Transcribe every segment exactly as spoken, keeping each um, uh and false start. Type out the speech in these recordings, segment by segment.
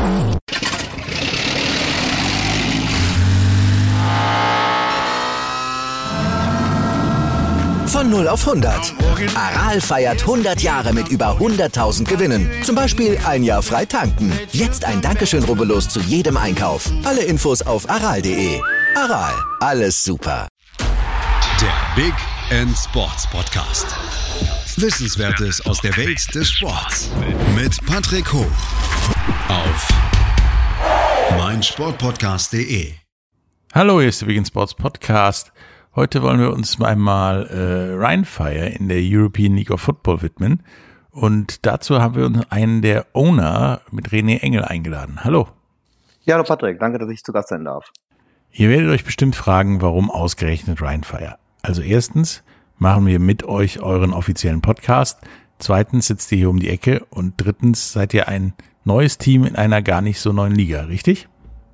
Von null auf hundert. Aral feiert hundert Jahre mit über hunderttausend Gewinnen. Zum Beispiel ein Jahr frei tanken. Jetzt ein Dankeschön, rubbellos zu jedem Einkauf. Alle Infos auf aral punkt de. Aral, alles super. Der Big End Sports Podcast. Wissenswertes aus der Welt des Sports. Mit Patrick Hoch. Auf meinsportpodcast punkt de. Hallo, hier ist der Big End Sports Podcast. Heute wollen wir uns einmal äh, Rheinfire in der European League of Football widmen. Und dazu haben wir uns einen der Owner mit René Engel eingeladen. Hallo. Ja, hallo Patrick, danke, dass ich zu Gast sein darf. Ihr werdet euch bestimmt fragen, warum ausgerechnet Rheinfire. Also erstens machen wir mit euch euren offiziellen Podcast. Zweitens sitzt ihr hier um die Ecke. Und drittens seid ihr ein neues Team in einer gar nicht so neuen Liga, richtig?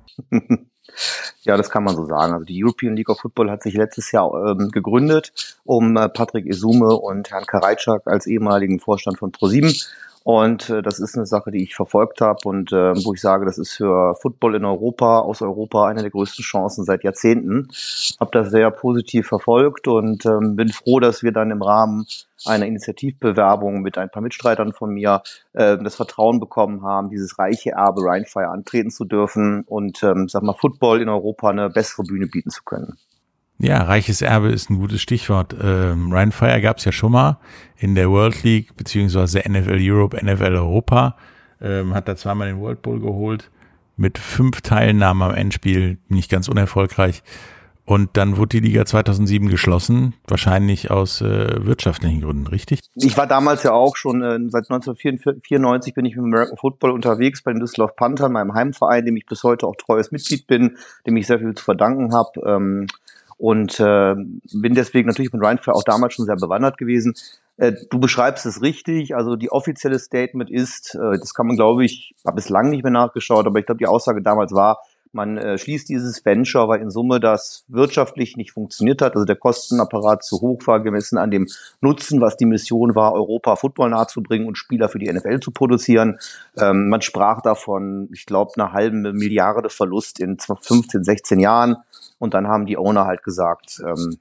Ja, das kann man so sagen. Also die European League of Football hat sich letztes Jahr ähm, gegründet, um äh, Patrick Esume und Herrn Karajczak als ehemaligen Vorstand von ProSieben. Und äh, das ist eine Sache, die ich verfolgt habe und äh, wo ich sage, das ist für Football in Europa, aus Europa, eine der größten Chancen seit Jahrzehnten. Habe das sehr positiv verfolgt und ähm, bin froh, dass wir dann im Rahmen einer Initiativbewerbung mit ein paar Mitstreitern von mir äh, das Vertrauen bekommen haben, dieses reiche Erbe Rheinfire antreten zu dürfen und ähm, sag mal Football in Europa eine bessere Bühne bieten zu können. Ja, reiches Erbe ist ein gutes Stichwort. Ähm, Rheinfire gab es ja schon mal in der World League beziehungsweise N F L Europe, N F L Europa. Ähm, hat da zweimal den World Bowl geholt mit fünf Teilnahmen am Endspiel, nicht ganz unerfolgreich. Und dann wurde die Liga zweitausendsieben geschlossen, wahrscheinlich aus äh, wirtschaftlichen Gründen, richtig? Ich war damals ja auch schon, äh, seit neunzehnhundertvierundvierzig bin ich mit American Football unterwegs bei den Düsseldorf Panthern, meinem Heimverein, dem ich bis heute auch treues Mitglied bin, dem ich sehr viel zu verdanken habe. Ähm, Und äh, bin deswegen natürlich mit Rheinfire auch damals schon sehr bewandert gewesen. Äh, du beschreibst es richtig, also die offizielle Statement ist, äh, das kann man glaube ich, habe bislang nicht mehr nachgeschaut, aber ich glaube die Aussage damals war, man äh, schließt dieses Venture, weil in Summe das wirtschaftlich nicht funktioniert hat, also der Kostenapparat zu hoch war gemessen an dem Nutzen, was die Mission war, Europa Football nahezubringen und Spieler für die N F L zu produzieren. Ähm, man sprach davon, ich glaube, einer halben Milliarde Verlust in fünfzehn, sechzehn Jahren. Und dann haben die Owner halt gesagt, ähm,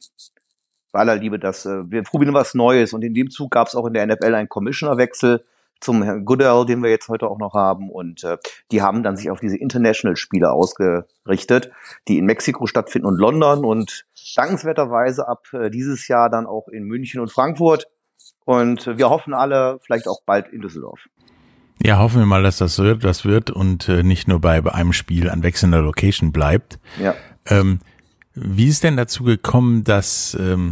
bei aller Liebe, dass äh, wir probieren was Neues. Und in dem Zug gab es auch in der N F L einen Commissionerwechsel zum Herrn Goodell, den wir jetzt heute auch noch haben. Und äh, die haben dann sich auf diese International-Spiele ausgerichtet, die in Mexiko stattfinden und London. Und dankenswerterweise ab äh, dieses Jahr dann auch in München und Frankfurt. Und äh, wir hoffen alle, vielleicht auch bald in Düsseldorf. Ja, hoffen wir mal, dass das wird, das wird und äh, nicht nur bei, bei einem Spiel an wechselnder Location bleibt. Ja. Ähm, wie ist denn dazu gekommen, dass ähm,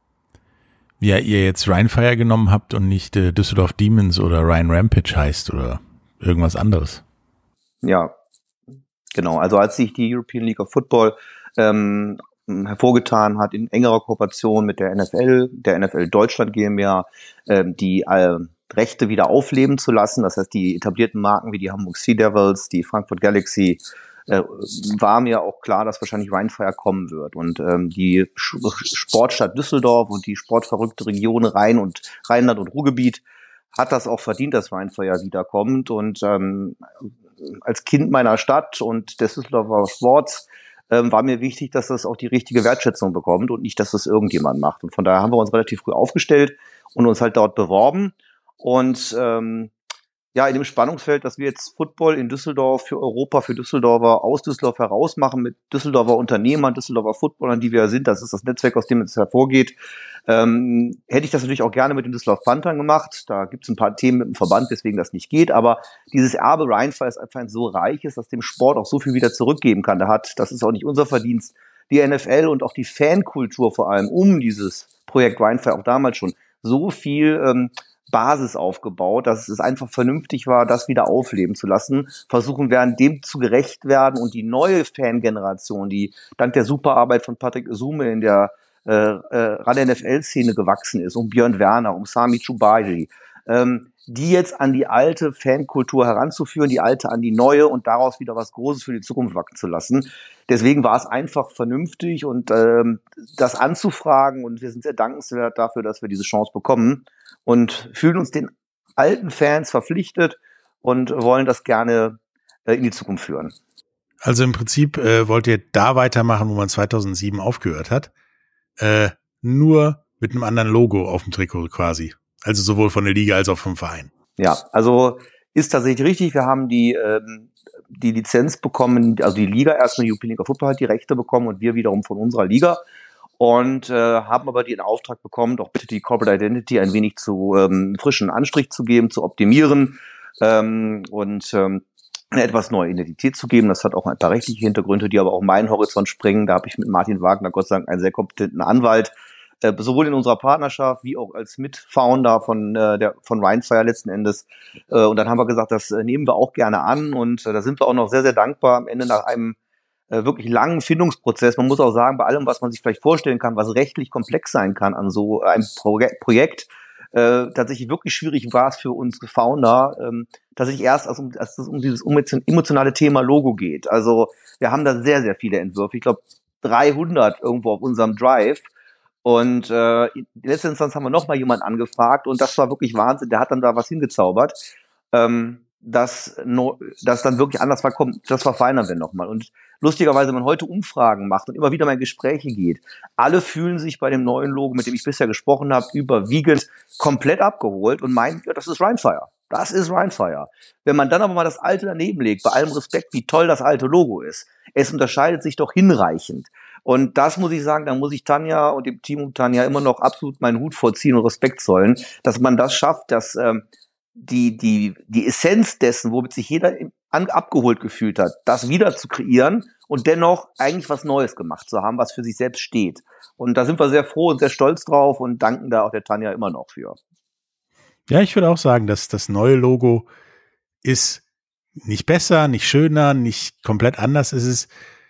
ja, ihr jetzt Rheinfire genommen habt und nicht äh, Düsseldorf Demons oder Rhein Rampage heißt oder irgendwas anderes? Ja, genau. Also als sich die European League of Football ähm, hervorgetan hat in engerer Kooperation mit der N F L, der N F L Deutschland GmbH, ähm, die äh, Rechte wieder aufleben zu lassen. Das heißt, die etablierten Marken wie die Hamburg Sea Devils, die Frankfurt Galaxy, äh, war mir auch klar, dass wahrscheinlich Rheinfire kommen wird. Und ähm, die Sportstadt Düsseldorf und die sportverrückte Region Rhein und Rheinland und Ruhrgebiet hat das auch verdient, dass Rheinfire wiederkommt. Und ähm, als Kind meiner Stadt und des Düsseldorfer Sports ähm, war mir wichtig, dass das auch die richtige Wertschätzung bekommt und nicht, dass das irgendjemand macht. Und von daher haben wir uns relativ früh aufgestellt und uns halt dort beworben. Und ähm, ja, in dem Spannungsfeld, dass wir jetzt Football in Düsseldorf für Europa, für Düsseldorfer, aus Düsseldorf heraus machen, mit Düsseldorfer Unternehmern, Düsseldorfer Footballern, die wir sind, das ist das Netzwerk, aus dem es hervorgeht, ähm, hätte ich das natürlich auch gerne mit den Düsseldorf Panthern gemacht. Da gibt es ein paar Themen mit dem Verband, weswegen das nicht geht, aber dieses Erbe Rheinfire ist einfach ein so reiches, dass dem Sport auch so viel wieder zurückgeben kann. Da hat, das ist auch nicht unser Verdienst, die N F L und auch die Fankultur vor allem um dieses Projekt Rheinfire auch damals schon so viel ähm, Basis aufgebaut, dass es einfach vernünftig war, das wieder aufleben zu lassen. Versuchen werden, dem zu gerecht werden und die neue Fangeneration, die dank der Superarbeit von Patrick Esume in der äh, äh, Rad-N F L-Szene gewachsen ist, um Björn Werner, um Sami Chubaji, ähm, die jetzt an die alte Fankultur heranzuführen, die alte an die neue und daraus wieder was Großes für die Zukunft wachsen zu lassen. Deswegen war es einfach vernünftig und ähm, das anzufragen und wir sind sehr dankenswert dafür, dass wir diese Chance bekommen und fühlen uns den alten Fans verpflichtet und wollen das gerne äh, in die Zukunft führen. Also im Prinzip äh, wollt ihr da weitermachen, wo man zweitausendsieben aufgehört hat, äh, nur mit einem anderen Logo auf dem Trikot quasi. Also sowohl von der Liga als auch vom Verein. Ja, also ist tatsächlich richtig. Wir haben die ähm, die Lizenz bekommen, also die Liga erstmal, die European League of Football hat die Rechte bekommen und wir wiederum von unserer Liga und äh, haben aber den Auftrag bekommen, doch bitte die Corporate Identity ein wenig zu ähm, frischen Anstrich zu geben, zu optimieren ähm, und ähm, eine etwas neue Identität zu geben. Das hat auch ein paar rechtliche Hintergründe, die aber auch meinen Horizont sprengen. Da habe ich mit Martin Wagner, Gott sei Dank, einen sehr kompetenten Anwalt, äh, sowohl in unserer Partnerschaft wie auch als Mitfounder von äh, der von Rhinefire letzten Endes. Äh, und dann haben wir gesagt, das äh, nehmen wir auch gerne an und äh, da sind wir auch noch sehr, sehr dankbar am Ende nach einem äh, wirklich langen Findungsprozess. Man muss auch sagen, bei allem, was man sich vielleicht vorstellen kann, was rechtlich komplex sein kann an so einem Proje- Projekt, Äh, tatsächlich wirklich schwierig war es für uns Founder, ähm, tatsächlich erst, als, um, als es um dieses emotionale Thema Logo geht. Also wir haben da sehr, sehr viele Entwürfe. Ich glaube dreihundert irgendwo auf unserem Drive. Und äh, in letzter Instanz haben wir noch mal jemanden angefragt und das war wirklich Wahnsinn. Der hat dann da was hingezaubert, ähm, dass, no, dass dann wirklich anders war. Komm, das verfeinern wir noch mal. Und lustigerweise, wenn man heute Umfragen macht und immer wieder mal in Gespräche geht, alle fühlen sich bei dem neuen Logo, mit dem ich bisher gesprochen habe, überwiegend komplett abgeholt und meinen, ja, das ist Rhinefire. Das ist Rhinefire. Wenn man dann aber mal das alte daneben legt, bei allem Respekt, wie toll das alte Logo ist, es unterscheidet sich doch hinreichend. Und das muss ich sagen, da muss ich Tanja und dem Team um Tanja immer noch absolut meinen Hut vorziehen und Respekt zollen, dass man das schafft, dass ähm, die die die Essenz dessen, womit sich jeder an, abgeholt gefühlt hat, das wieder zu kreieren und dennoch eigentlich was Neues gemacht zu haben, was für sich selbst steht. Und da sind wir sehr froh und sehr stolz drauf und danken da auch der Tanja immer noch für. Ja, ich würde auch sagen, dass das neue Logo ist nicht besser, nicht schöner, nicht komplett anders. Es ist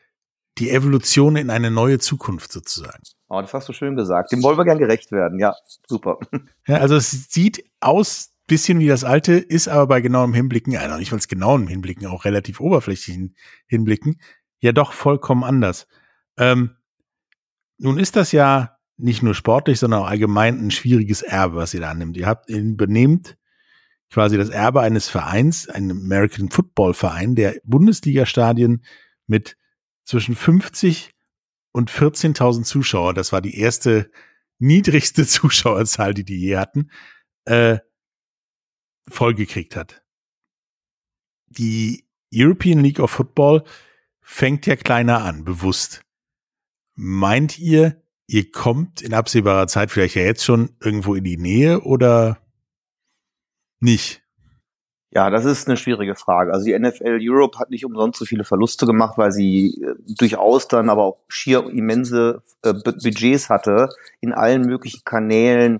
die Evolution in eine neue Zukunft sozusagen. Oh, das hast du schön gesagt. Dem wollen wir gern gerecht werden. Ja, super. Ja, also es sieht aus bisschen wie das alte, ist aber bei genauem Hinblicken, ja, noch nicht mal genauem Hinblicken, auch relativ oberflächlichen Hinblicken, ja doch vollkommen anders. Ähm, nun ist das ja nicht nur sportlich, sondern auch allgemein ein schwieriges Erbe, was ihr da annimmt. Ihr habt, ihr übernehmt quasi das Erbe eines Vereins, einem American Football Verein, der Bundesliga-Stadien mit zwischen fünfzig und vierzehntausend Zuschauer, das war die erste niedrigste Zuschauerzahl, die die je hatten, äh, vollgekriegt hat. Die European League of Football fängt ja kleiner an, bewusst. Meint ihr, ihr kommt in absehbarer Zeit vielleicht ja jetzt schon irgendwo in die Nähe oder nicht? Ja, das ist eine schwierige Frage. Also die N F L Europe hat nicht umsonst so viele Verluste gemacht, weil sie äh, durchaus dann aber auch schier immense äh, Budgets hatte, in allen möglichen Kanälen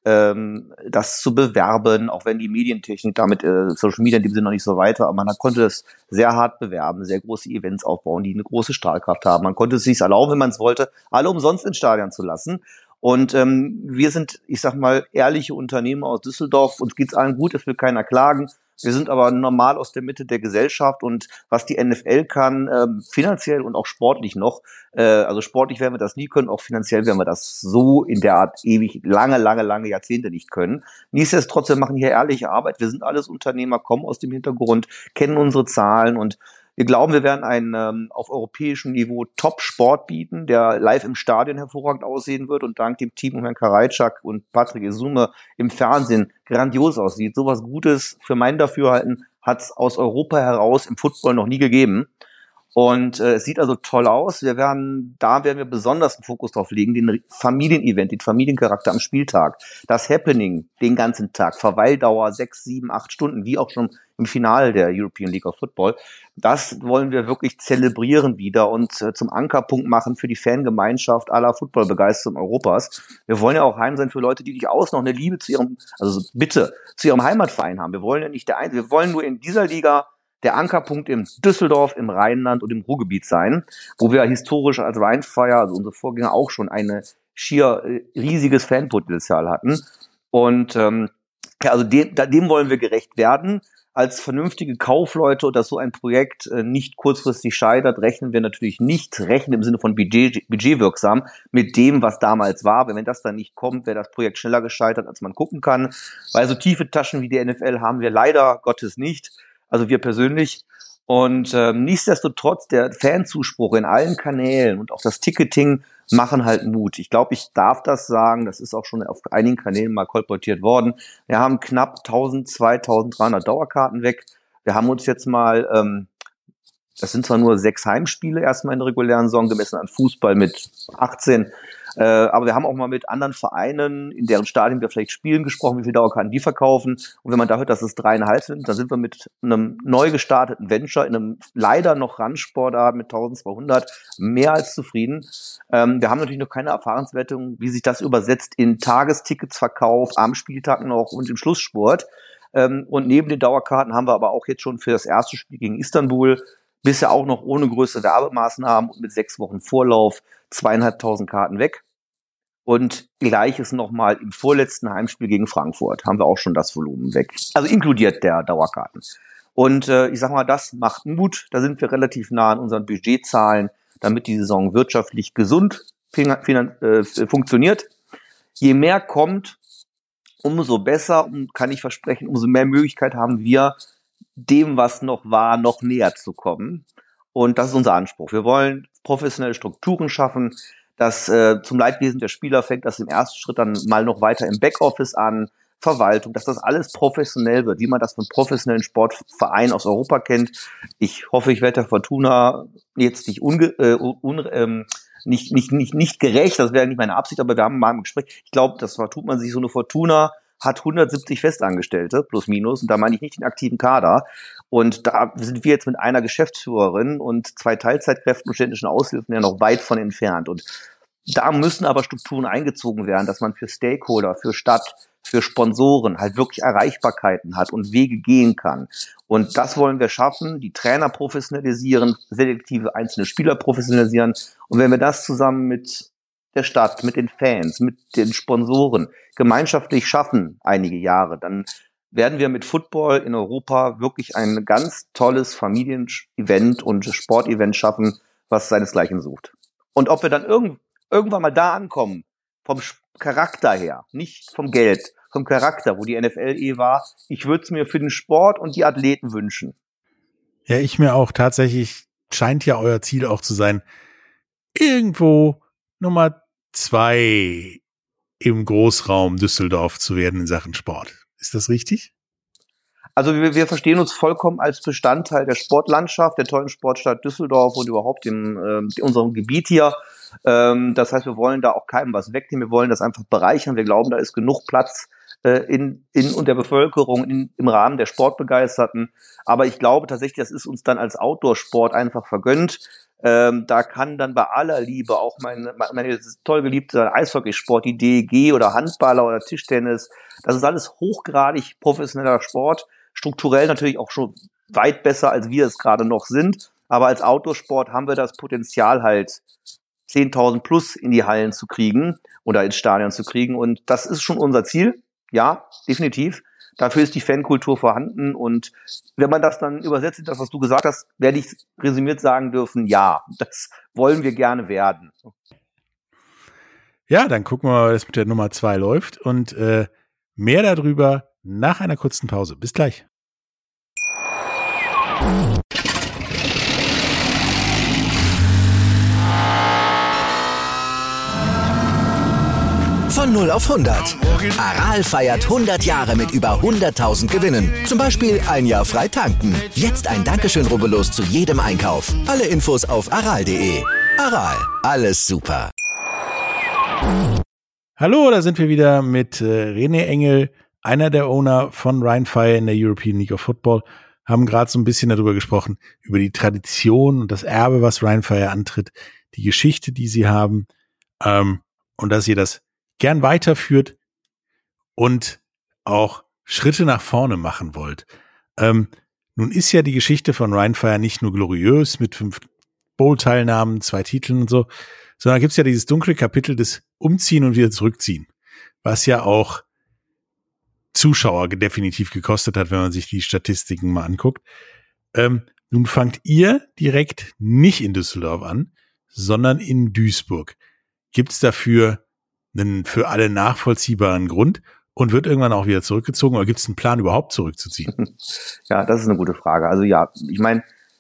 ähm, das zu bewerben, auch wenn die Medientechnik damit, äh, Social Media in dem Sinne noch nicht so weiter, aber man konnte es sehr hart bewerben, sehr große Events aufbauen, die eine große Strahlkraft haben. Man konnte es sich erlauben, wenn man es wollte, alle umsonst ins Stadion zu lassen. Und ähm, wir sind, ich sag mal, ehrliche Unternehmer aus Düsseldorf. Uns geht's allen gut, es will keiner klagen. Wir sind aber normal aus der Mitte der Gesellschaft und was die N F L kann, ähm, finanziell und auch sportlich noch, äh, also sportlich werden wir das nie können, auch finanziell werden wir das so in der Art ewig, lange, lange, lange Jahrzehnte nicht können. Nichtsdestotrotz, wir machen hier ehrliche Arbeit. Wir sind alles Unternehmer, kommen aus dem Hintergrund, kennen unsere Zahlen und wir glauben, wir werden einen ähm, auf europäischem Niveau Top-Sport bieten, der live im Stadion hervorragend aussehen wird und dank dem Team um Herrn Karajczak und Patrick Esume im Fernsehen grandios aussieht. Sowas Gutes für mein Dafürhalten hat es aus Europa heraus im Football noch nie gegeben. Und äh, es sieht also toll aus. Wir werden, da werden wir besonders einen Fokus drauf legen, den Familienevent, den Familiencharakter am Spieltag, das Happening den ganzen Tag, Verweildauer sechs, sieben, acht Stunden, wie auch schon im Finale der European League of Football. Das wollen wir wirklich zelebrieren wieder und äh, zum Ankerpunkt machen für die Fangemeinschaft aller Footballbegeisterten Europas. Wir wollen ja auch heim sein für Leute, die durchaus noch eine Liebe zu ihrem, also bitte, zu ihrem Heimatverein haben. Wir wollen ja nicht der Einzige, wir wollen nur in dieser Liga der Ankerpunkt im Düsseldorf, im Rheinland und im Ruhrgebiet sein, wo wir historisch als Rhinefire, also unsere Vorgänger, auch schon eine schier äh, riesiges Fanpotenzial hatten. Und ähm, ja, also dem, dem wollen wir gerecht werden. Als vernünftige Kaufleute, dass so ein Projekt äh, nicht kurzfristig scheitert, rechnen wir natürlich nicht, rechnen im Sinne von Budget, budgetwirksam mit dem, was damals war. Wenn das dann nicht kommt, wäre das Projekt schneller gescheitert, als man gucken kann. Weil so tiefe Taschen wie die N F L haben wir leider Gottes nicht. Also wir persönlich. Und äh, nichtsdestotrotz, der Fanzuspruch in allen Kanälen und auch das Ticketing machen halt Mut. Ich glaube, ich darf das sagen, das ist auch schon auf einigen Kanälen mal kolportiert worden. Wir haben knapp tausend, zweitausenddreihundert Dauerkarten weg. Wir haben uns jetzt mal, ähm, das sind zwar nur sechs Heimspiele erstmal in der regulären Saison, gemessen an Fußball mit achtzehn, äh, aber wir haben auch mal mit anderen Vereinen, in deren Stadien wir vielleicht spielen, gesprochen, wie viele Dauerkarten die verkaufen. Und wenn man da hört, dass es dreieinhalb sind, dann sind wir mit einem neu gestarteten Venture in einem leider noch Randsportart mit eintausendzweihundert mehr als zufrieden. Ähm, wir haben natürlich noch keine Erfahrungswertung, wie sich das übersetzt in Tagesticketsverkauf am Spieltag noch und im Schlusssport. Ähm, und neben den Dauerkarten haben wir aber auch jetzt schon für das erste Spiel gegen Istanbul bisher auch noch ohne größere Werbemaßnahmen und mit sechs Wochen Vorlauf zweieinhalbtausend Karten weg. Und gleiches nochmal im vorletzten Heimspiel gegen Frankfurt haben wir auch schon das Volumen weg. Also inkludiert der Dauerkarten. Und äh, ich sag mal, das macht Mut. Da sind wir relativ nah an unseren Budgetzahlen, damit die Saison wirtschaftlich gesund finan- finan- äh, funktioniert. Je mehr kommt, umso besser und kann ich versprechen, umso mehr Möglichkeit haben wir, dem, was noch war, noch näher zu kommen. Und das ist unser Anspruch. Wir wollen professionelle Strukturen schaffen. Das äh, zum Leidwesen der Spieler fängt das im ersten Schritt dann mal noch weiter im Backoffice an, Verwaltung, dass das alles professionell wird, wie man das von professionellen Sportvereinen aus Europa kennt. Ich hoffe, ich werde der Fortuna jetzt nicht unge äh, un ähm, nicht nicht nicht nicht gerecht, das wäre nicht meine Absicht, aber wir haben mal im Gespräch, ich glaube, das tut man sich, so eine Fortuna hat hundertsiebzig Festangestellte, plus minus, und da meine ich nicht den aktiven Kader. Und da sind wir jetzt mit einer Geschäftsführerin und zwei Teilzeitkräften und ständischen Aushilfen ja noch weit von entfernt. Und da müssen aber Strukturen eingezogen werden, dass man für Stakeholder, für Stadt, für Sponsoren halt wirklich Erreichbarkeiten hat und Wege gehen kann. Und das wollen wir schaffen, die Trainer professionalisieren, selektive einzelne Spieler professionalisieren. Und wenn wir das zusammen mit der Stadt, mit den Fans, mit den Sponsoren gemeinschaftlich schaffen, einige Jahre, dann werden wir mit Football in Europa wirklich ein ganz tolles Familienevent und Sportevent schaffen, was seinesgleichen sucht. Und ob wir dann irgend, irgendwann mal da ankommen, vom Charakter her, nicht vom Geld, vom Charakter, wo die N F L eh war, ich würde es mir für den Sport und die Athleten wünschen. Ja, ich mir auch. Tatsächlich scheint ja euer Ziel auch zu sein, irgendwo Nummer zwei im Großraum Düsseldorf zu werden in Sachen Sport. Ist das richtig? Also wir, wir verstehen uns vollkommen als Bestandteil der Sportlandschaft, der tollen Sportstadt Düsseldorf und überhaupt in, äh, in unserem Gebiet hier. Ähm, das heißt, wir wollen da auch keinem was wegnehmen, wir wollen das einfach bereichern. Wir glauben, da ist genug Platz äh, in, in und der Bevölkerung, in, im Rahmen der Sportbegeisterten. Aber ich glaube tatsächlich, das ist uns dann als Outdoor-Sport einfach vergönnt. Ähm, da kann dann bei aller Liebe auch mein, meine toll geliebte Eishockeysport, die D E G oder Handballer oder Tischtennis, das ist alles hochgradig professioneller Sport, strukturell natürlich auch schon weit besser, als wir es gerade noch sind, aber als Outdoor-Sport haben wir das Potenzial halt zehntausend plus in die Hallen zu kriegen oder ins Stadion zu kriegen und das ist schon unser Ziel, ja, definitiv. Dafür ist die Fankultur vorhanden und wenn man das dann übersetzt, das, was du gesagt hast, werde ich resümiert sagen dürfen, ja, das wollen wir gerne werden. Ja, dann gucken wir mal, was mit der Nummer zwei läuft und äh, mehr darüber nach einer kurzen Pause. Bis gleich. Von null auf hundert. Aral feiert hundert Jahre mit über hunderttausend Gewinnen. Zum Beispiel ein Jahr frei tanken. Jetzt ein Dankeschön, rubbellos zu jedem Einkauf. Alle Infos auf aral punkt de. Aral, alles super. Hallo, da sind wir wieder mit äh, René Engel, einer der Owner von Rheinfire in der European League of Football. Haben gerade so ein bisschen darüber gesprochen, über die Tradition und das Erbe, was Rheinfire antritt, die Geschichte, die sie haben, ähm, und dass ihr das gern weiterführt und auch Schritte nach vorne machen wollt. Ähm, nun ist ja die Geschichte von Rheinfire nicht nur gloriös mit fünf Bowl-Teilnahmen, zwei Titeln und so, sondern gibt es ja dieses dunkle Kapitel des Umziehen und wieder Zurückziehen, was ja auch Zuschauer definitiv gekostet hat, wenn man sich die Statistiken mal anguckt. Ähm, nun fangt ihr direkt nicht in Düsseldorf an, sondern in Duisburg. Gibt es dafür einen für alle nachvollziehbaren Grund und wird irgendwann auch wieder zurückgezogen oder gibt es einen Plan, überhaupt zurückzuziehen? Ja, das ist eine gute Frage. Also ja, ich meine,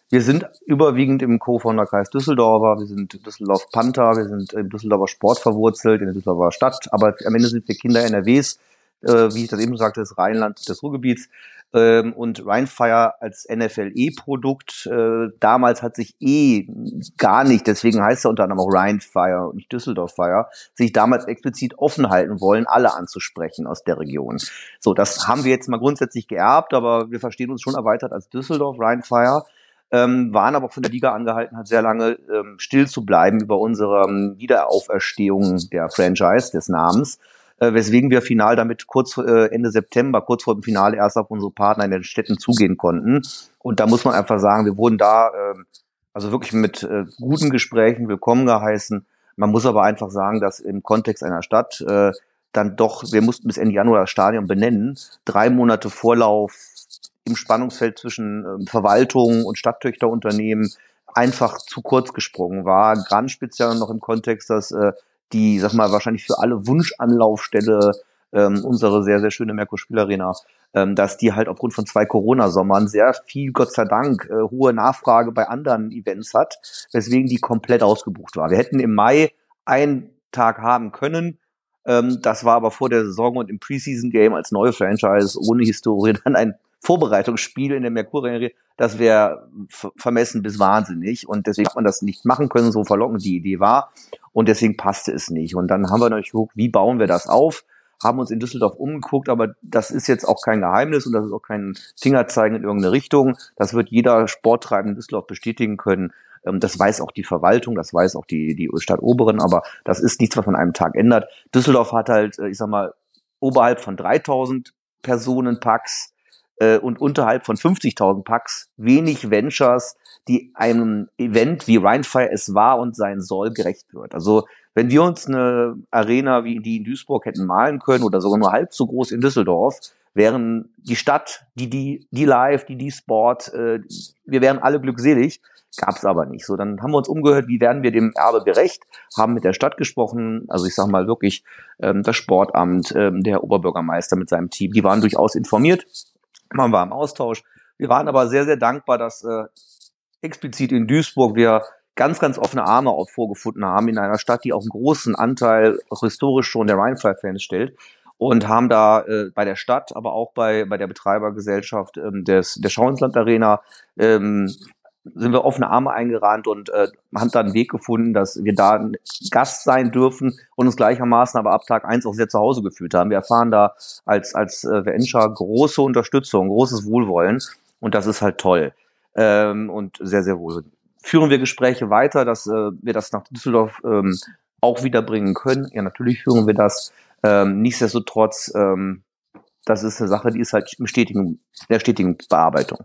Wir sind überwiegend im Co-Founderkreis Düsseldorfer, wir sind Düsseldorf Panther, wir sind im Düsseldorfer Sport verwurzelt, in der Düsseldorfer Stadt, aber am Ende sind wir Kinder N R Ws, äh, wie ich das eben sagte, des Rheinland, des Ruhrgebiets. Ähm, und Rheinfire als N F L E-Produkt, äh, damals hat sich eh gar nicht, deswegen heißt er unter anderem auch Rheinfire und nicht Düsseldorf Fire, sich damals explizit offen halten wollen, alle anzusprechen aus der Region. So, das haben wir jetzt mal grundsätzlich geerbt, aber wir verstehen uns schon erweitert als Düsseldorf Rheinfire. Ähm, waren aber von der Liga angehalten, hat sehr lange ähm, still zu bleiben über unsere ähm, Wiederauferstehung der Franchise, des Namens, äh, weswegen wir final damit kurz äh, Ende September, kurz vor dem Finale erst auf unsere Partner in den Städten zugehen konnten. Und da muss man einfach sagen, wir wurden da äh, also wirklich mit äh, guten Gesprächen willkommen geheißen. Man muss aber einfach sagen, dass im Kontext einer Stadt äh, dann doch, wir mussten bis Ende Januar das Stadion benennen, drei Monate Vorlauf im Spannungsfeld zwischen äh, Verwaltung und Stadttöchterunternehmen einfach zu kurz gesprungen war. Ganz speziell noch im Kontext, dass äh, die, sag mal, wahrscheinlich für alle Wunschanlaufstelle ähm, unsere sehr, sehr schöne Merkur-Spielarena, ähm, dass die halt aufgrund von zwei Corona-Sommern sehr viel, Gott sei Dank, äh, hohe Nachfrage bei anderen Events hat, weswegen die komplett ausgebucht war. Wir hätten im Mai einen Tag haben können, ähm, das war aber vor der Saison und im Preseason-Game als neue Franchise ohne Historie dann ein Vorbereitungsspiel in der Merkur-Arena, das wäre f- vermessen bis wahnsinnig und deswegen hat man das nicht machen können, so verlockend die Idee war und deswegen passte es nicht. Und dann haben wir natürlich geguckt, wie bauen wir das auf, haben uns in Düsseldorf umgeguckt, aber das ist jetzt auch kein Geheimnis und das ist auch kein Fingerzeigen in irgendeine Richtung. Das wird jeder Sporttreibende in Düsseldorf bestätigen können. Das weiß auch die Verwaltung, das weiß auch die, die Stadt Oberen, aber das ist nichts, was man an einem Tag ändert. Düsseldorf hat halt, ich sag mal, oberhalb von dreitausend Personen Packs und unterhalb von fünfzigtausend Packs wenig Ventures, die einem Event wie Rheinfire es war und sein soll, gerecht wird. Also wenn wir uns eine Arena wie die in Duisburg hätten malen können oder sogar nur halb so groß in Düsseldorf, wären die Stadt, die die die Live, die die Sport, äh, wir wären alle glückselig. Gab's aber nicht. So, dann haben wir uns umgehört, wie werden wir dem Erbe gerecht, haben mit der Stadt gesprochen, also ich sag mal wirklich ähm, das Sportamt, ähm, der Oberbürgermeister mit seinem Team, die waren durchaus informiert. Man war im Austausch. Wir waren aber sehr, sehr dankbar, dass äh, explizit in Duisburg wir ganz, ganz offene Arme auch vorgefunden haben in einer Stadt, die auch einen großen Anteil auch historisch schon der Rheinfire-Fans stellt und haben da äh, bei der Stadt, aber auch bei bei der Betreibergesellschaft ähm, des der Schauinsland Arena ähm, sind wir offene Arme eingerannt und äh, haben da einen Weg gefunden, dass wir da ein Gast sein dürfen und uns gleichermaßen aber ab Tag eins auch sehr zu Hause gefühlt haben. Wir erfahren da als als äh, Venture große Unterstützung, großes Wohlwollen und das ist halt toll ähm, und sehr, sehr wohl. Führen wir Gespräche weiter, dass äh, wir das nach Düsseldorf ähm, auch wiederbringen können? Ja, natürlich führen wir das. Ähm, nichtsdestotrotz, ähm, das ist eine Sache, die ist halt im stetigen, in der stetigen Bearbeitung.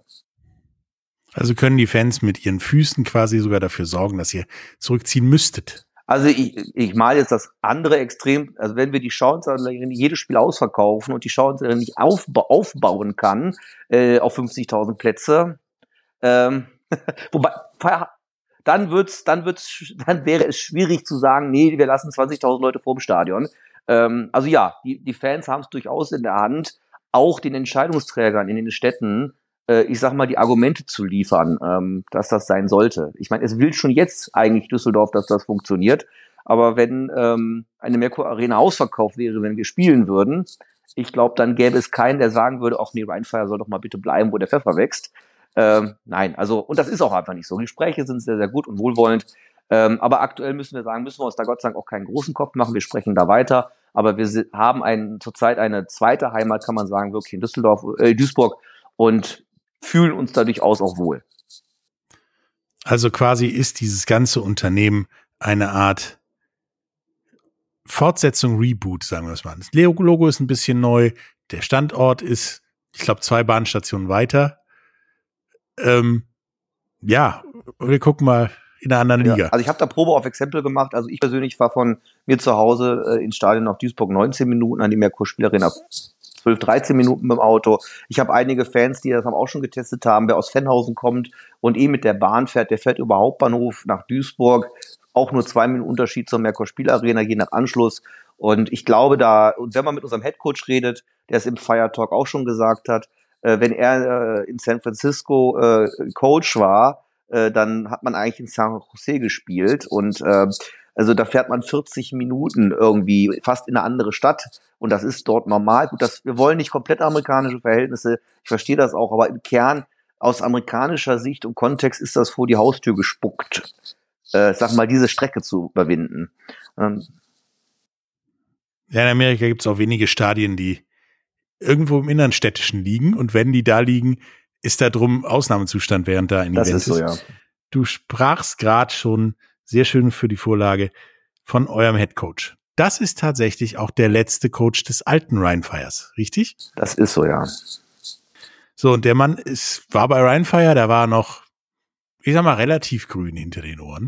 Also können die Fans mit ihren Füßen quasi sogar dafür sorgen, dass ihr zurückziehen müsstet. Also ich, ich mal jetzt das andere Extrem, also wenn wir die Schauinsland jedes Spiel ausverkaufen und die Schauinsland nicht aufba- aufbauen kann äh, auf fünfzigtausend Plätze, ähm, wobei dann wird's, dann wird's, dann wäre es schwierig zu sagen, nee, wir lassen zwanzigtausend Leute vor dem Stadion. Ähm, also ja, die, die Fans haben es durchaus in der Hand, auch den Entscheidungsträgern in den Städten ich sag mal, die Argumente zu liefern, ähm, dass das sein sollte. Ich meine, es will schon jetzt eigentlich Düsseldorf, dass das funktioniert, aber wenn ähm, eine Merkur Arena ausverkauft wäre, wenn wir spielen würden, ich glaube, dann gäbe es keinen, der sagen würde, ach nee, Rheinfire soll doch mal bitte bleiben, wo der Pfeffer wächst. Ähm, nein, also, und das ist auch einfach nicht so. Die Gespräche sind sehr, sehr gut und wohlwollend, ähm, aber aktuell müssen wir sagen, müssen wir uns da Gott sei Dank auch keinen großen Kopf machen, wir sprechen da weiter, aber wir haben einen, zurzeit eine zweite Heimat, kann man sagen, wirklich in Düsseldorf, äh, Duisburg und fühlen uns da durchaus auch wohl. Also quasi ist dieses ganze Unternehmen eine Art Fortsetzung, Reboot, sagen wir es mal. Das Logo ist ein bisschen neu, der Standort ist, ich glaube, zwei Bahnstationen weiter. Ähm, ja, wir gucken mal in einer anderen Liga. Ja, also ich habe da Probe auf Exempel gemacht. Also ich persönlich war von mir zu Hause äh, ins Stadion nach Duisburg neunzehn Minuten, an die Merkur-Spielarena zwölf, dreizehn Minuten mit dem Auto. Ich habe einige Fans, die das auch schon getestet haben. Wer aus Fennhausen kommt und eh mit der Bahn fährt, der fährt über Hauptbahnhof nach Duisburg. Auch nur zwei Minuten Unterschied zur Merkur-Spielarena, je nach Anschluss. Und ich glaube da, und wenn man mit unserem Headcoach redet, der es im Fire Talk auch schon gesagt hat, äh, wenn er äh, in San Francisco äh, Coach war, äh, dann hat man eigentlich in San Jose gespielt und äh, also da fährt man vierzig Minuten irgendwie fast in eine andere Stadt und das ist dort normal. Gut, das, wir wollen nicht komplett amerikanische Verhältnisse, ich verstehe das auch, aber im Kern aus amerikanischer Sicht und Kontext ist das vor die Haustür gespuckt, äh, sag mal, diese Strecke zu überwinden. Ähm, ja, in Amerika gibt es auch wenige Stadien, die irgendwo im Innenstädtischen liegen und wenn die da liegen, ist da drum Ausnahmezustand, während da ein das Event ist so, ja. Du sprachst gerade schon sehr schön für die Vorlage von eurem Headcoach. Das ist tatsächlich auch der letzte Coach des alten Rhein Fires, richtig? Das ist so, ja. So, und der Mann ist, war bei Rhein Fire, der war noch, ich sag mal, relativ grün hinter den Ohren.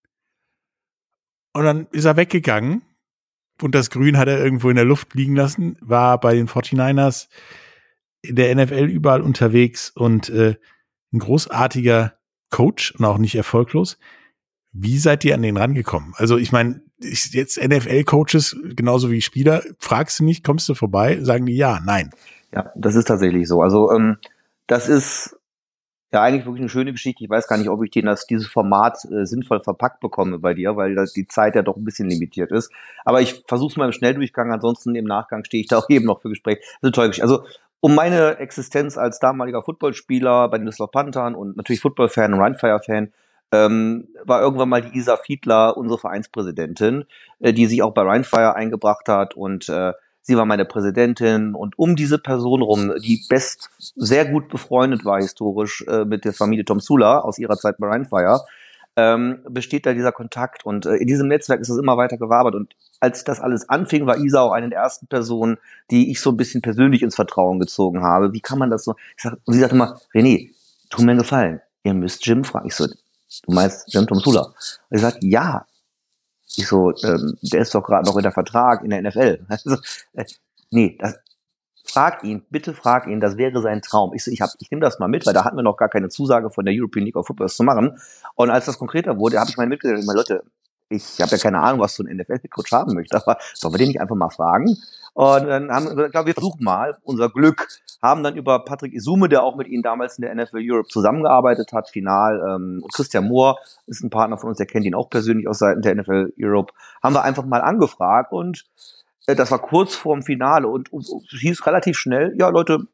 Und dann ist er weggegangen und das Grün hat er irgendwo in der Luft liegen lassen, war bei den forty-niners in der N F L überall unterwegs und äh, ein großartiger Coach und auch nicht erfolglos. Wie seid ihr an den rangekommen? Also ich meine, jetzt N F L-Coaches, genauso wie Spieler, fragst du nicht, kommst du vorbei, sagen die ja, nein. Ja, das ist tatsächlich so. Also ähm, das ist ja eigentlich wirklich eine schöne Geschichte. Ich weiß gar nicht, ob ich den das dieses Format äh, sinnvoll verpackt bekomme bei dir, weil das, die Zeit ja doch ein bisschen limitiert ist. Aber ich versuche es mal im Schnelldurchgang, ansonsten im Nachgang stehe ich da auch eben noch für Gespräch. Das ist eine tolle Geschichte. Also um meine Existenz als damaliger Footballspieler bei den Düsseldorf Panthern und natürlich Footballfan und Rheinfire-Fan ähm, war irgendwann mal die Isa Fiedler unsere Vereinspräsidentin, äh, die sich auch bei Rheinfire eingebracht hat und äh, sie war meine Präsidentin und um diese Person rum, die best sehr gut befreundet war historisch äh, mit der Familie Tomsula aus ihrer Zeit bei Rheinfire, ähm, besteht da dieser Kontakt und äh, in diesem Netzwerk ist es immer weiter gewabert und als das alles anfing, war Isa auch eine der ersten Personen, die ich so ein bisschen persönlich ins Vertrauen gezogen habe. Wie kann man das so? Ich sag, und sie sagte immer, René, tu mir einen Gefallen, ihr müsst Jim fragen. Ich so, du meinst Jim Tomsula? Und ich sag, ja. Ich so, ähm, der ist doch gerade noch in der Vertrag in der N F L. Also, äh, nee, das, frag ihn, bitte frag ihn, das wäre sein Traum. Ich so, ich hab, ich nehme das mal mit, weil da hatten wir noch gar keine Zusage von der European League of Football, das zu machen. Und als das konkreter wurde, habe ich meinen Mitgliedern gesagt, Leute, ich habe ja keine Ahnung, was so ein N F L-Coach haben möchte, aber sollen wir den nicht einfach mal fragen? Und dann haben wir gesagt, ja, wir versuchen mal unser Glück, haben dann über Patrick Isume, der auch mit ihnen damals in der N F L Europe zusammengearbeitet hat, final, ähm, und Christian Mohr ist ein Partner von uns, der kennt ihn auch persönlich aus Seiten der N F L Europe, haben wir einfach mal angefragt und äh, das war kurz vorm Finale und es hieß relativ schnell, ja Leute,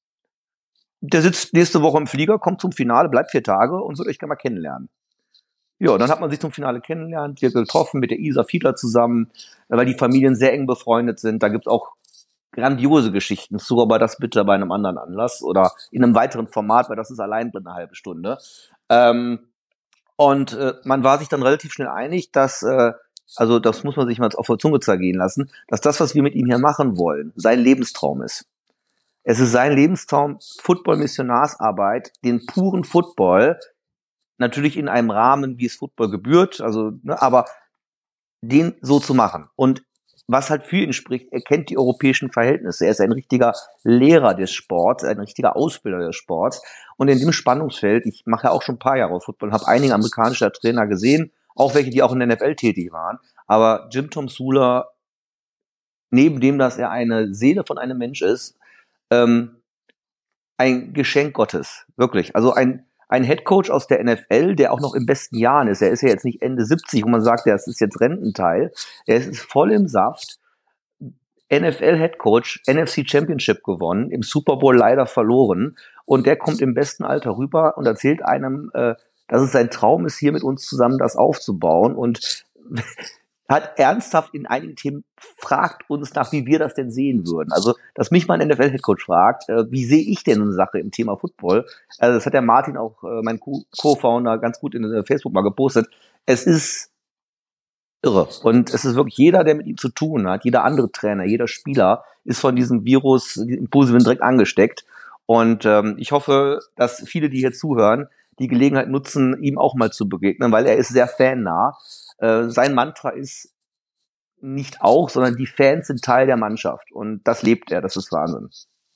der sitzt nächste Woche im Flieger, kommt zum Finale, bleibt vier Tage und wird euch gerne mal kennenlernen. Ja, dann hat man sich zum Finale kennengelernt, hier getroffen mit der Isa Fiedler zusammen, weil die Familien sehr eng befreundet sind. Da gibt's auch grandiose Geschichten zu, aber das bitte bei einem anderen Anlass oder in einem weiteren Format, weil das ist allein drin eine halbe Stunde. Ähm, und äh, man war sich dann relativ schnell einig, dass, äh, also das muss man sich mal auf der Zunge zergehen lassen, dass das, was wir mit ihm hier machen wollen, sein Lebenstraum ist. Es ist sein Lebenstraum, Football-Missionarsarbeit, den puren Football, natürlich in einem Rahmen, wie es Football gebührt, also, ne, aber den so zu machen. Und was halt für ihn spricht, er kennt die europäischen Verhältnisse. Er ist ein richtiger Lehrer des Sports, ein richtiger Ausbilder des Sports. Und in dem Spannungsfeld, ich mache ja auch schon ein paar Jahre Football, habe einige amerikanische Trainer gesehen, auch welche, die auch in der N F L tätig waren. Aber Jim Tomsula, neben dem, dass er eine Seele von einem Mensch ist, ähm, ein Geschenk Gottes, wirklich. Also ein Ein Headcoach aus der N F L, der auch noch im besten Jahren ist. Er ist ja jetzt nicht Ende siebzig, wo man sagt, das ist jetzt Rententeil. Er ist voll im Saft. N F L-Headcoach, N F C Championship gewonnen, im Super Bowl leider verloren. Und der kommt im besten Alter rüber und erzählt einem, äh, dass es sein Traum ist, hier mit uns zusammen das aufzubauen. Und hat ernsthaft in einigen Themen fragt uns nach, wie wir das denn sehen würden. Also, dass mich mal ein N F L-Headcoach fragt, äh, wie sehe ich denn eine Sache im Thema Football? Also, das hat der Martin auch, äh, mein Co-Founder, ganz gut in äh, Facebook mal gepostet. Es ist irre. Und es ist wirklich jeder, der mit ihm zu tun hat, jeder andere Trainer, jeder Spieler ist von diesem Virus, diesem Impulswind direkt angesteckt. Und ähm, ich hoffe, dass viele, die hier zuhören, die Gelegenheit nutzen, ihm auch mal zu begegnen, weil er ist sehr fannah. Äh, sein Mantra ist nicht auch, sondern die Fans sind Teil der Mannschaft. Und das lebt er, das ist Wahnsinn.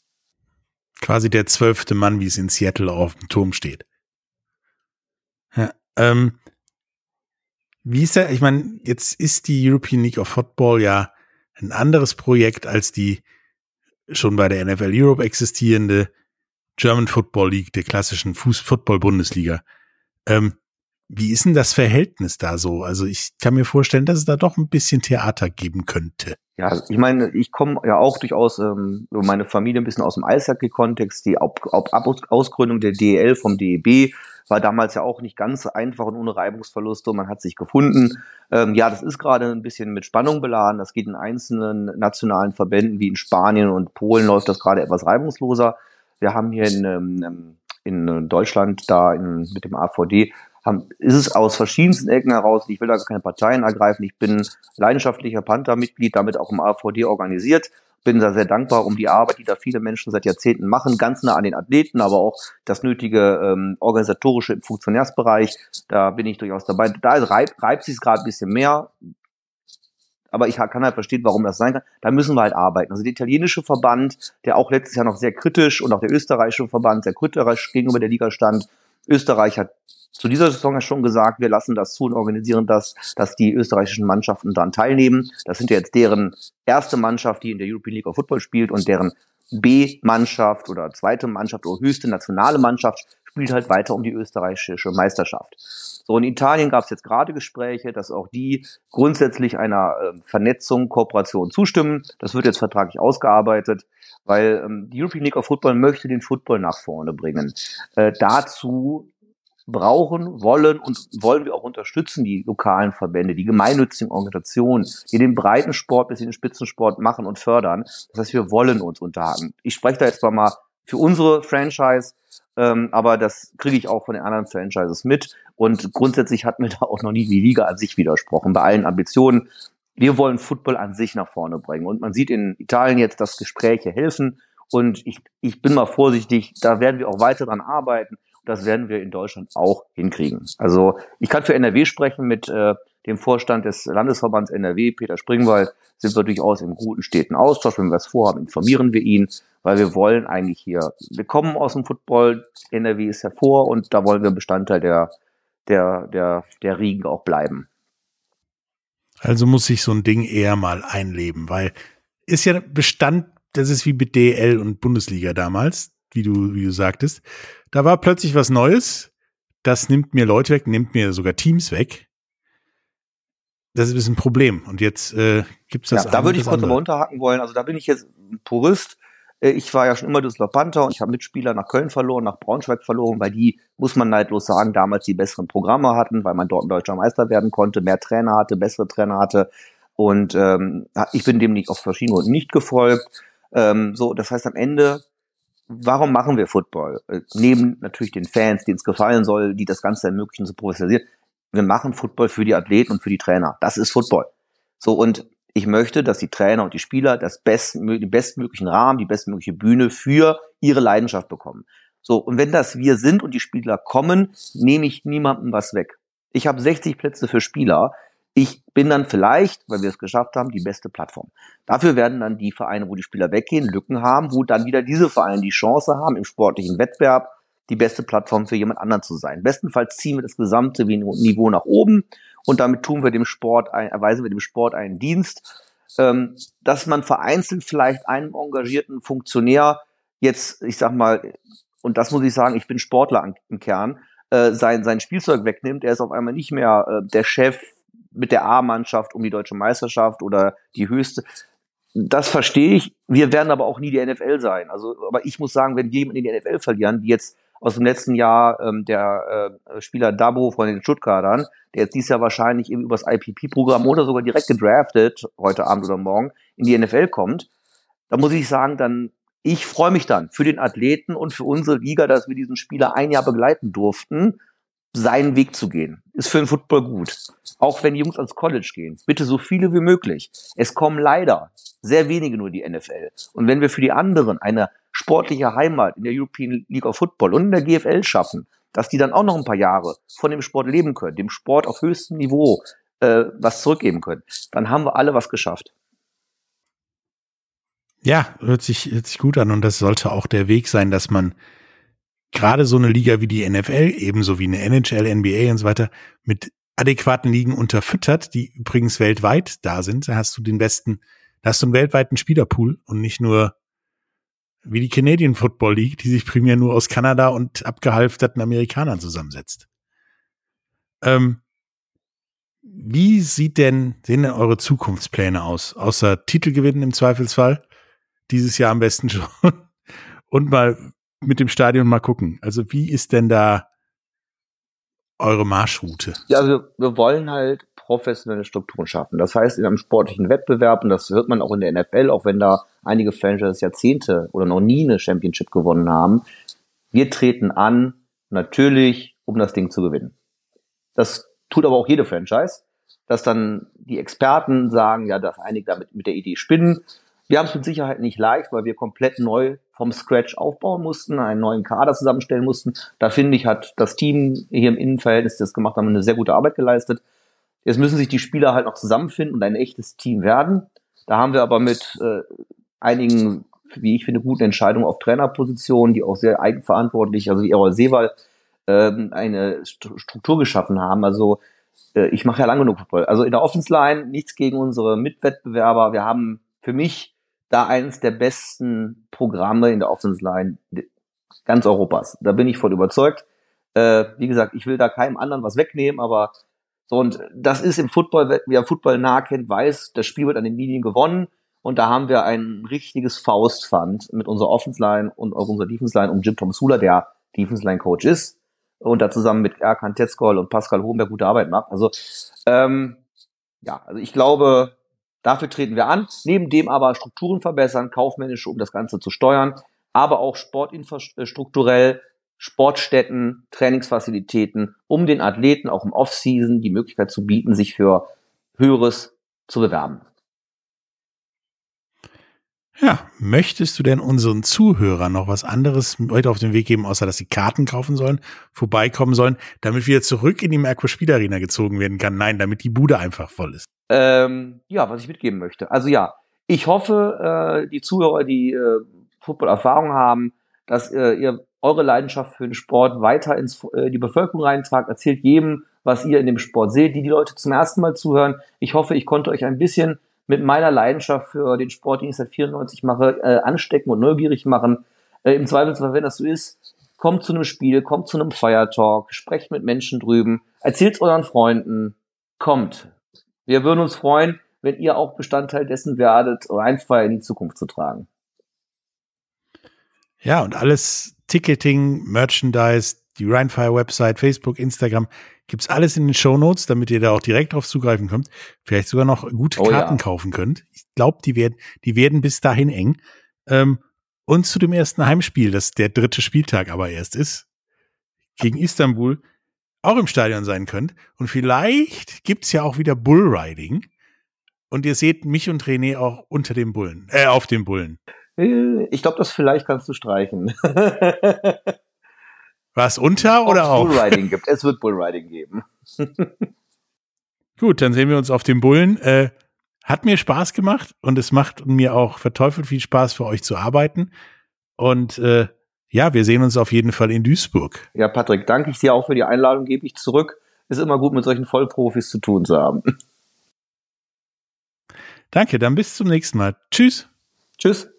Quasi der zwölfte Mann, wie es in Seattle auf dem Turm steht. Ja, ähm, wie ist er? Ich meine, jetzt ist die European League of Football ja ein anderes Projekt als die schon bei der N F L Europe existierende German Football League, der klassischen Fuß-Football-Bundesliga. Ähm, wie ist denn das Verhältnis da so? Also ich kann mir vorstellen, dass es da doch ein bisschen Theater geben könnte. Ja, ich meine, ich komme ja auch durchaus, ähm, meine Familie ein bisschen aus dem Eishockey-Kontext. Die Ab Ab Ab Ausgründung der D E L vom D E B war damals ja auch nicht ganz einfach und ohne Reibungsverluste. Und man hat sich gefunden. Ähm, ja, das ist gerade ein bisschen mit Spannung beladen. Das geht in einzelnen nationalen Verbänden wie in Spanien und Polen läuft das gerade etwas reibungsloser. Wir haben hier in, ähm, in Deutschland da in, mit dem A V D haben, ist es aus verschiedensten Ecken heraus, ich will da keine Parteien ergreifen, ich bin leidenschaftlicher Panther-Mitglied, damit auch im A V D organisiert, bin da sehr dankbar um die Arbeit, die da viele Menschen seit Jahrzehnten machen, ganz nah an den Athleten, aber auch das nötige ähm, organisatorische im Funktionärsbereich, da bin ich durchaus dabei. Da reibt, reibt sich es gerade ein bisschen mehr, aber ich kann halt verstehen, warum das sein kann. Da müssen wir halt arbeiten. Also der italienische Verband, der auch letztes Jahr noch sehr kritisch und auch der österreichische Verband sehr kritisch gegenüber der Liga stand. Österreich hat zu dieser Saison ja schon gesagt, wir lassen das zu und organisieren das, dass die österreichischen Mannschaften daran teilnehmen. Das sind ja jetzt deren erste Mannschaft, die in der European League of Football spielt und deren B-Mannschaft oder zweite Mannschaft oder höchste nationale Mannschaft spielt halt weiter um die österreichische Meisterschaft. So, in Italien gab es jetzt gerade Gespräche, dass auch die grundsätzlich einer äh, Vernetzung, Kooperation zustimmen. Das wird jetzt vertraglich ausgearbeitet, weil ähm, die European League of Football möchte den Football nach vorne bringen. Äh, dazu brauchen, wollen und wollen wir auch unterstützen die lokalen Verbände, die gemeinnützigen Organisationen, die den Breitensport bis in den Spitzensport machen und fördern. Das heißt, wir wollen uns unterhaken. Ich spreche da jetzt mal für unsere Franchise, ähm, aber das kriege ich auch von den anderen Franchises mit. Und grundsätzlich hat mir da auch noch nie die Liga an sich widersprochen, bei allen Ambitionen. Wir wollen Football an sich nach vorne bringen. Und man sieht in Italien jetzt, dass Gespräche helfen. Und ich, ich bin mal vorsichtig, da werden wir auch weiter dran arbeiten. Das werden wir in Deutschland auch hinkriegen. Also ich kann für N R W sprechen mit äh, dem Vorstand des Landesverbands N R W, Peter Springwald, sind wir durchaus im guten, steten Austausch. Wenn wir was vorhaben, informieren wir ihn, weil wir wollen eigentlich hier, wir kommen aus dem Football, N R W ist hervor und da wollen wir Bestandteil der, der, der, der Riege auch bleiben. Also muss sich so ein Ding eher mal einleben, weil ist ja Bestand, das ist wie mit D E L und Bundesliga damals, wie du, wie du sagtest. Da war plötzlich was Neues, das nimmt mir Leute weg, nimmt mir sogar Teams weg. Das ist ein Problem. Und jetzt äh, gibt es das. Ja, da würde ich kurz mal unterhaken wollen. Also da bin ich jetzt ein Purist. Ich war ja schon immer Düsseldorf Panther und ich habe Mitspieler nach Köln verloren, nach Braunschweig verloren, weil die, muss man neidlos sagen, damals die besseren Programme hatten, weil man dort ein deutscher Meister werden konnte, mehr Trainer hatte, bessere Trainer hatte. Und ähm, ich bin dem nicht aus verschiedenen Gründen nicht gefolgt. Ähm, so, das heißt am Ende, warum machen wir Football? Äh, neben natürlich den Fans, denen es gefallen soll, die das Ganze ermöglichen zu professionalisieren. Wir machen Football für die Athleten und für die Trainer. Das ist Football. So, und ich möchte, dass die Trainer und die Spieler das best, den bestmöglichen Rahmen, die bestmögliche Bühne für ihre Leidenschaft bekommen. So, und wenn das wir sind und die Spieler kommen, nehme ich niemandem was weg. Ich habe sechzig Plätze für Spieler. Ich bin dann vielleicht, weil wir es geschafft haben, die beste Plattform. Dafür werden dann die Vereine, wo die Spieler weggehen, Lücken haben, wo dann wieder diese Vereine die Chance haben, im sportlichen Wettbewerb die beste Plattform für jemand anderen zu sein. Bestenfalls ziehen wir das gesamte Niveau nach oben und damit tun wir dem Sport, ein, erweisen wir dem Sport einen Dienst, ähm, dass man vereinzelt vielleicht einem engagierten Funktionär jetzt, ich sag mal, und das muss ich sagen, ich bin Sportler an, im Kern, äh, sein, sein Spielzeug wegnimmt. Er ist auf einmal nicht mehr äh, der Chef mit der A-Mannschaft um die deutsche Meisterschaft oder die höchste. Das verstehe ich. Wir werden aber auch nie die N F L sein. Also, aber ich muss sagen, wenn wir jemanden in die N F L verlieren, wie jetzt aus dem letzten Jahr ähm, der äh, Spieler Dabo von den Stuttgartern, der jetzt dieses Jahr wahrscheinlich eben übers I P P-Programm oder sogar direkt gedraftet, heute Abend oder morgen, in die N F L kommt, da muss ich sagen, dann, ich freue mich dann für den Athleten und für unsere Liga, dass wir diesen Spieler ein Jahr begleiten durften, seinen Weg zu gehen. Ist für den Football gut. Auch wenn die Jungs ans College gehen. Bitte so viele wie möglich. Es kommen leider sehr wenige nur die N F L. Und wenn wir für die anderen eine sportliche Heimat in der European League of Football und in der G F L schaffen, dass die dann auch noch ein paar Jahre von dem Sport leben können, dem Sport auf höchstem Niveau äh, was zurückgeben können, dann haben wir alle was geschafft. Ja, hört sich, hört sich gut an und das sollte auch der Weg sein, dass man gerade so eine Liga wie die N F L, ebenso wie eine N H L, N B A und so weiter, mit adäquaten Ligen unterfüttert, die übrigens weltweit da sind. Da hast du den besten, da hast du einen weltweiten Spielerpool und nicht nur wie die Canadian Football League, die sich primär nur aus Kanada und abgehalfterten Amerikanern zusammensetzt. Ähm, wie sieht denn, sehen denn eure Zukunftspläne aus? Außer Titelgewinnen im Zweifelsfall. Dieses Jahr am besten schon. Und mal mit dem Stadion mal gucken. Also wie ist denn da eure Marschroute? Ja, also wir wollen halt professionelle Strukturen schaffen. Das heißt, in einem sportlichen Wettbewerb, und das hört man auch in der N F L, auch wenn da einige Franchises Jahrzehnte oder noch nie eine Championship gewonnen haben, wir treten an, natürlich, um das Ding zu gewinnen. Das tut aber auch jede Franchise, dass dann die Experten sagen, ja, dass einige damit mit der Idee spinnen. Wir haben es mit Sicherheit nicht leicht, weil wir komplett neu vom Scratch aufbauen mussten, einen neuen Kader zusammenstellen mussten. Da finde ich, hat das Team hier im Innenverhältnis, das gemacht haben, eine sehr gute Arbeit geleistet. Jetzt müssen sich die Spieler halt noch zusammenfinden und ein echtes Team werden. Da haben wir aber mit äh, einigen, wie ich finde, guten Entscheidungen auf Trainerpositionen, die auch sehr eigenverantwortlich, also wie Errol Seewald, äh, eine Struktur geschaffen haben. Also äh, ich mache ja lange genug Football. Also in der Offense Line nichts gegen unsere Mitwettbewerber. Wir haben für mich da eines der besten Programme in der Offense Line ganz Europas. Da bin ich voll überzeugt. Äh, wie gesagt, ich will da keinem anderen was wegnehmen, aber so, und das ist im Football, wer Football nah kennt, weiß, das Spiel wird an den Linien gewonnen und da haben wir ein richtiges Faustpfand mit unserer Offense Line und auch unserer Defense Line um Jim Tomsula, der Defense Line Coach ist und da zusammen mit Erkan Tetzkol und Pascal Hohenberg gute Arbeit macht. Also ähm, ja, also ich glaube, dafür treten wir an, neben dem aber Strukturen verbessern, kaufmännische, um das Ganze zu steuern, aber auch sportinfrastrukturell, Sportstätten, Trainingsfazilitäten, um den Athleten auch im Off-Season die Möglichkeit zu bieten, sich für Höheres zu bewerben. Ja, möchtest du denn unseren Zuhörern noch was anderes heute auf den Weg geben, außer dass sie Karten kaufen sollen, vorbeikommen sollen, damit wieder zurück in die Merkur Spiel Arena gezogen werden kann? Nein, damit die Bude einfach voll ist. Ähm, ja, was ich mitgeben möchte. Also ja, ich hoffe, äh, die Zuhörer, die äh, Football-Erfahrung haben, dass äh, ihr eure Leidenschaft für den Sport weiter ins äh, die Bevölkerung reintragt. Erzählt jedem, was ihr in dem Sport seht, die die Leute zum ersten Mal zuhören. Ich hoffe, ich konnte euch ein bisschen mit meiner Leidenschaft für den Sport, den ich seit vierundneunzig mache, äh, anstecken und neugierig machen. Äh, Im Zweifelsfall, wenn das so ist, kommt zu einem Spiel, kommt zu einem Fire Talk, sprecht mit Menschen drüben, erzählt's euren Freunden, kommt. Wir würden uns freuen, wenn ihr auch Bestandteil dessen werdet, Rheinfire in die Zukunft zu tragen. Ja, und alles Ticketing, Merchandise, die Rheinfire-Website, Facebook, Instagram, gibt's alles in den Shownotes, damit ihr da auch direkt drauf zugreifen könnt. Vielleicht sogar noch gute Oh, Karten ja. kaufen könnt. Ich glaube, die werden, die werden bis dahin eng. Ähm, und zu dem ersten Heimspiel, das der dritte Spieltag aber erst ist, gegen Istanbul, auch im Stadion sein könnt. Und vielleicht gibt's ja auch wieder Bullriding. Und ihr seht mich und René auch unter dem Bullen, äh, auf dem Bullen. Ich glaube, das vielleicht kannst du streichen. Was, unter oder Ob es auf? Bullriding gibt. Es wird Bullriding geben. Gut, dann sehen wir uns auf dem Bullen. Äh, hat mir Spaß gemacht und es macht mir auch verteufelt viel Spaß, für euch zu arbeiten. Und äh, ja, wir sehen uns auf jeden Fall in Duisburg. Ja, Patrick, danke ich dir auch für die Einladung, gebe ich zurück. Ist immer gut, mit solchen Vollprofis zu tun zu haben. Danke, dann bis zum nächsten Mal. Tschüss. Tschüss.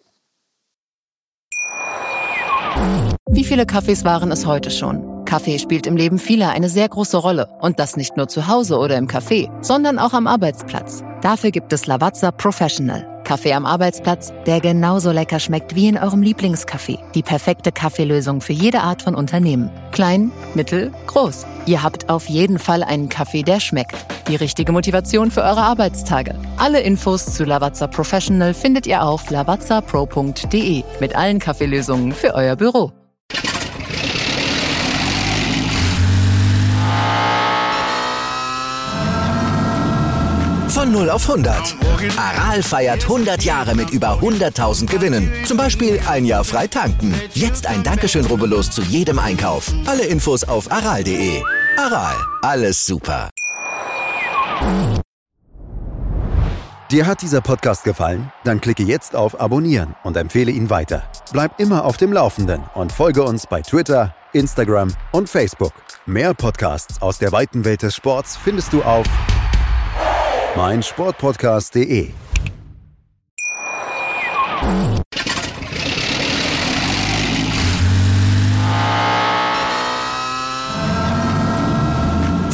Wie viele Kaffees waren es heute schon? Kaffee spielt im Leben vieler eine sehr große Rolle. Und das nicht nur zu Hause oder im Café, sondern auch am Arbeitsplatz. Dafür gibt es Lavazza Professional. Kaffee am Arbeitsplatz, der genauso lecker schmeckt wie in eurem Lieblingscafé. Die perfekte Kaffeelösung für jede Art von Unternehmen. Klein, mittel, groß. Ihr habt auf jeden Fall einen Kaffee, der schmeckt. Die richtige Motivation für eure Arbeitstage. Alle Infos zu Lavazza Professional findet ihr auf lavazza pro punkt de mit allen Kaffeelösungen für euer Büro. Von null auf hundert. Aral feiert hundert Jahre mit über hunderttausend Gewinnen. Zum Beispiel ein Jahr frei tanken. Jetzt ein Dankeschön, rubbellos zu jedem Einkauf. Alle Infos auf aral punkt de. Aral, alles super. Dir hat dieser Podcast gefallen? Dann klicke jetzt auf Abonnieren und empfehle ihn weiter. Bleib immer auf dem Laufenden und folge uns bei Twitter, Instagram und Facebook. Mehr Podcasts aus der weiten Welt des Sports findest du auf mein Sportpodcast punkt de.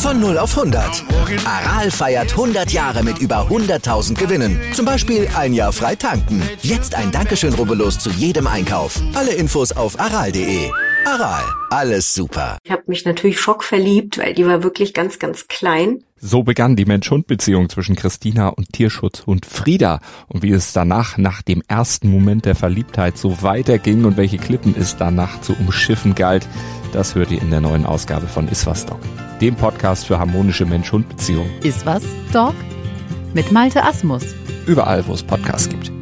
Von null auf hundert. Aral feiert hundert Jahre mit über hunderttausend Gewinnen. Zum Beispiel ein Jahr frei tanken. Jetzt ein Dankeschön, rubbellos zu jedem Einkauf. Alle Infos auf aral punkt de. Aral, alles super. Ich habe mich natürlich schockverliebt, weil die war wirklich ganz, ganz klein. So begann die Mensch-Hund-Beziehung zwischen Christina und Tierschutzhund Frieda. Und wie es danach, nach dem ersten Moment der Verliebtheit, so weiterging und welche Klippen es danach zu umschiffen galt, das hört ihr in der neuen Ausgabe von Iswas Dog, dem Podcast für harmonische Mensch-Hund-Beziehungen. Iswas Dog? Mit Malte Asmus. Überall, wo es Podcasts gibt.